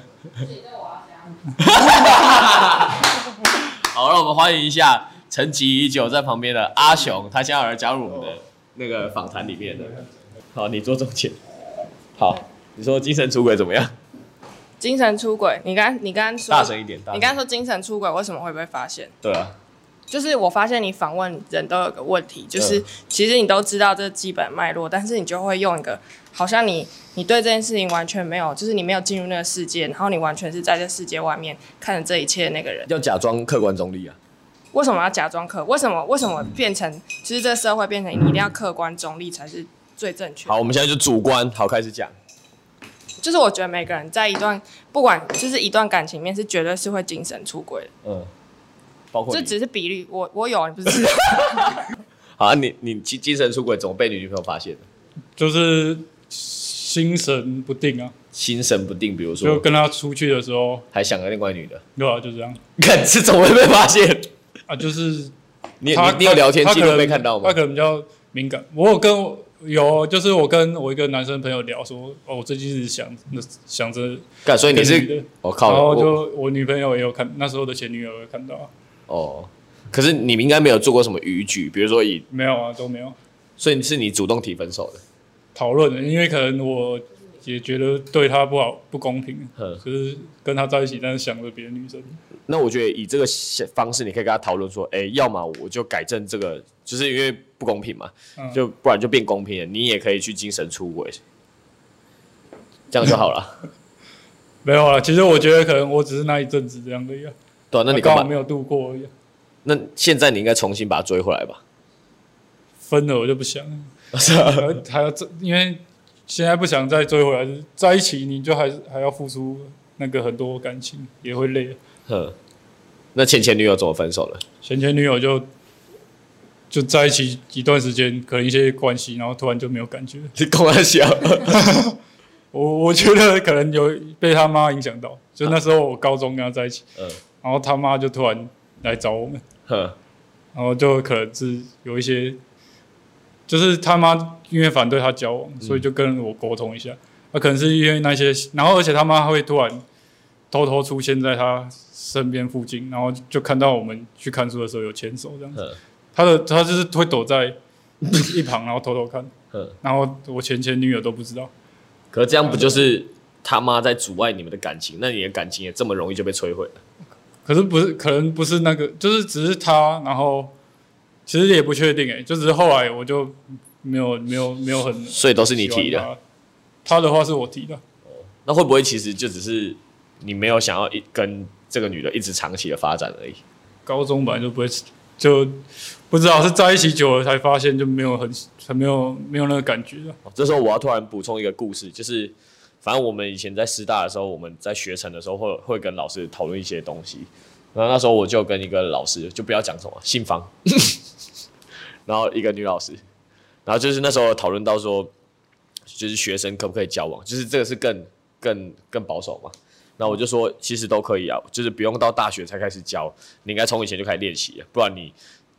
好，让我们欢迎一下沉寂已久在旁边的阿雄，他现在要加入我们的那个访谈里面的。好，你坐中间。好，你说精神出轨怎么样？ 精神出轨，你刚你刚刚说大声一点， 你刚刚说精神出轨为什么会被发现？ 对啊。 就是我发现你访问人都有个问题，就是其实你都知道这基本脉络，但是你就会用一个好像你你对这件事情完全没有，就是你没有进入那个世界，然后你完全是在这世界外面看着这一切的那个人， 要假装客观中立啊。 为什么要假装客？为什么为什么变成就是这个社会变成你一定要客观中立才是最正确的？ 好，我们现在就主观，好开始讲。 就是我觉得每个人在一段不管就是一段感情里面是绝对是会精神出轨的。嗯。这只是比例，我我有，你不知道。 好、啊，你你精神出轨怎么被你女朋友发现的？ 就是心神不定啊。 心神不定，比如说， 就跟他出去的时候， 还想着另外女的。 对啊，就这样。 看是怎么会被发现？ 啊，就是你你你有聊天记录被看到吗？ 他可能比较敏感。我有跟有，就是我跟我一个男生朋友聊说，哦，我最近是想想着， 干，所以你是我、哦、靠， 然后就我女朋友也有看，那时候的前女友也有看到。 哦，可是你们应该没有做过什么逾矩，比如说以没有啊，都没有。 所以是你主动提分手的？ 讨论的，因为可能我也觉得对他不好，不公平，就是跟他在一起，但是想着别的女生。 那我觉得以这个方式，你可以跟他讨论说，哎、欸，要么我就改正这个，就是因为不公平嘛，嗯、就不然就变公平了。你也可以去精神出轨，这样就好了。 没有啊，其实我觉得可能我只是那一阵子这样的呀。 对、啊，那你刚好没有度过而已。 那现在你应该重新把他追回来吧？ 分了我就不想了，还要因为现在不想再追回来，在一起你就还还要付出那个很多感情，也会累。呵， 那前前女友怎么分手了？ 前前女友就就在一起一段时间，可能一些关系，然后突然就没有感觉。 你跟我讲， 我我觉得可能有被他妈影响到，就那时候我高中跟他在一起，嗯、然后他妈就突然来找我们，然后就可能是有一些，就是他妈因为反对他交往，所以就跟我沟通一下。那、嗯啊、可能是因为那些，然后而且他妈会突然偷偷出現在他身邊附近，然後就看到我們去看書的時候有牽手這樣子。他的他就是會躲在一旁，然後偷偷看，然後我前前女友都不知道。 可是這樣不就是他媽在阻礙你們的感情？那你的感情也這麼容易就被摧毀了？ 可是不是，可能不是那個，就是只是他，然後其實也不確定誒，就只是後來我就沒有沒有沒有很， 所以都是你提的。 他的話是我提的。 那會不會其實就只是你沒有想要跟這個女的一直長期的發展而已？ 高中本來就不會，就不知道是在一起久了才發現就沒有很很沒有沒有那個感覺了。 這時候我要突然補充一個故事，就是反正我們以前在師大的時候，我們在學程的時候會會跟老師討論一些東西。然後那時候我就跟一個老師，就不要講什麼姓方，然後一個女老師，然後就是那時候討論到說，就是學生可不可以交往，就是這個是更更更保守嘛。那我就說其實都可以啊，就是不用到大學才開始教，你應該從以前就開始練習了，不然你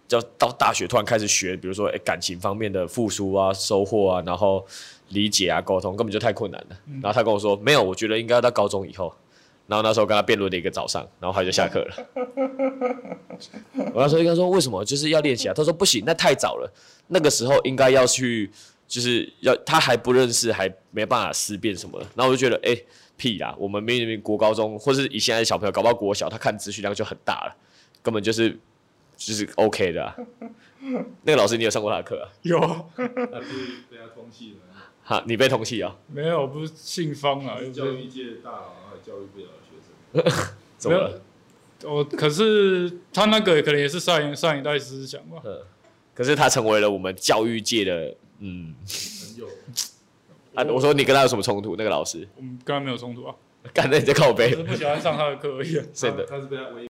就到大学突然开始学，比如说、欸、感情方面的复苏啊、收获啊，然后理解啊、沟通，根本就太困难了。然后他跟我说，没有，我觉得应该要到高中以后。然后那时候跟他辩论了一个早上，然后他就下课了。我那时候跟他说为什么就是要练习啊？他说不行，那太早了，那个时候应该要去，就是要他还不认识，还没办法思辨什么的。然后我就觉得，哎、欸，屁啦，我们明明国高中，或是以现在的小朋友，搞不好国小，他看资讯量就很大了，根本就是就是 OK 的、啊。那个老师，你有上过他的课啊？ 有。 那是被他通气了。 哈，你被通气啊？ 没有，不是姓方啊， 教育界大佬，然后教育不了的学生。 怎么了？ 我可是他那个可能也是上一上一代思想吧。 嗯，可是他成为了我们教育界的嗯朋友。 啊，我说你跟他有什么冲突？那个老师？ 我们跟他没有冲突啊。 干，那你在靠背？ 只是不喜欢上他的课而已、啊。 是的， 他是被他威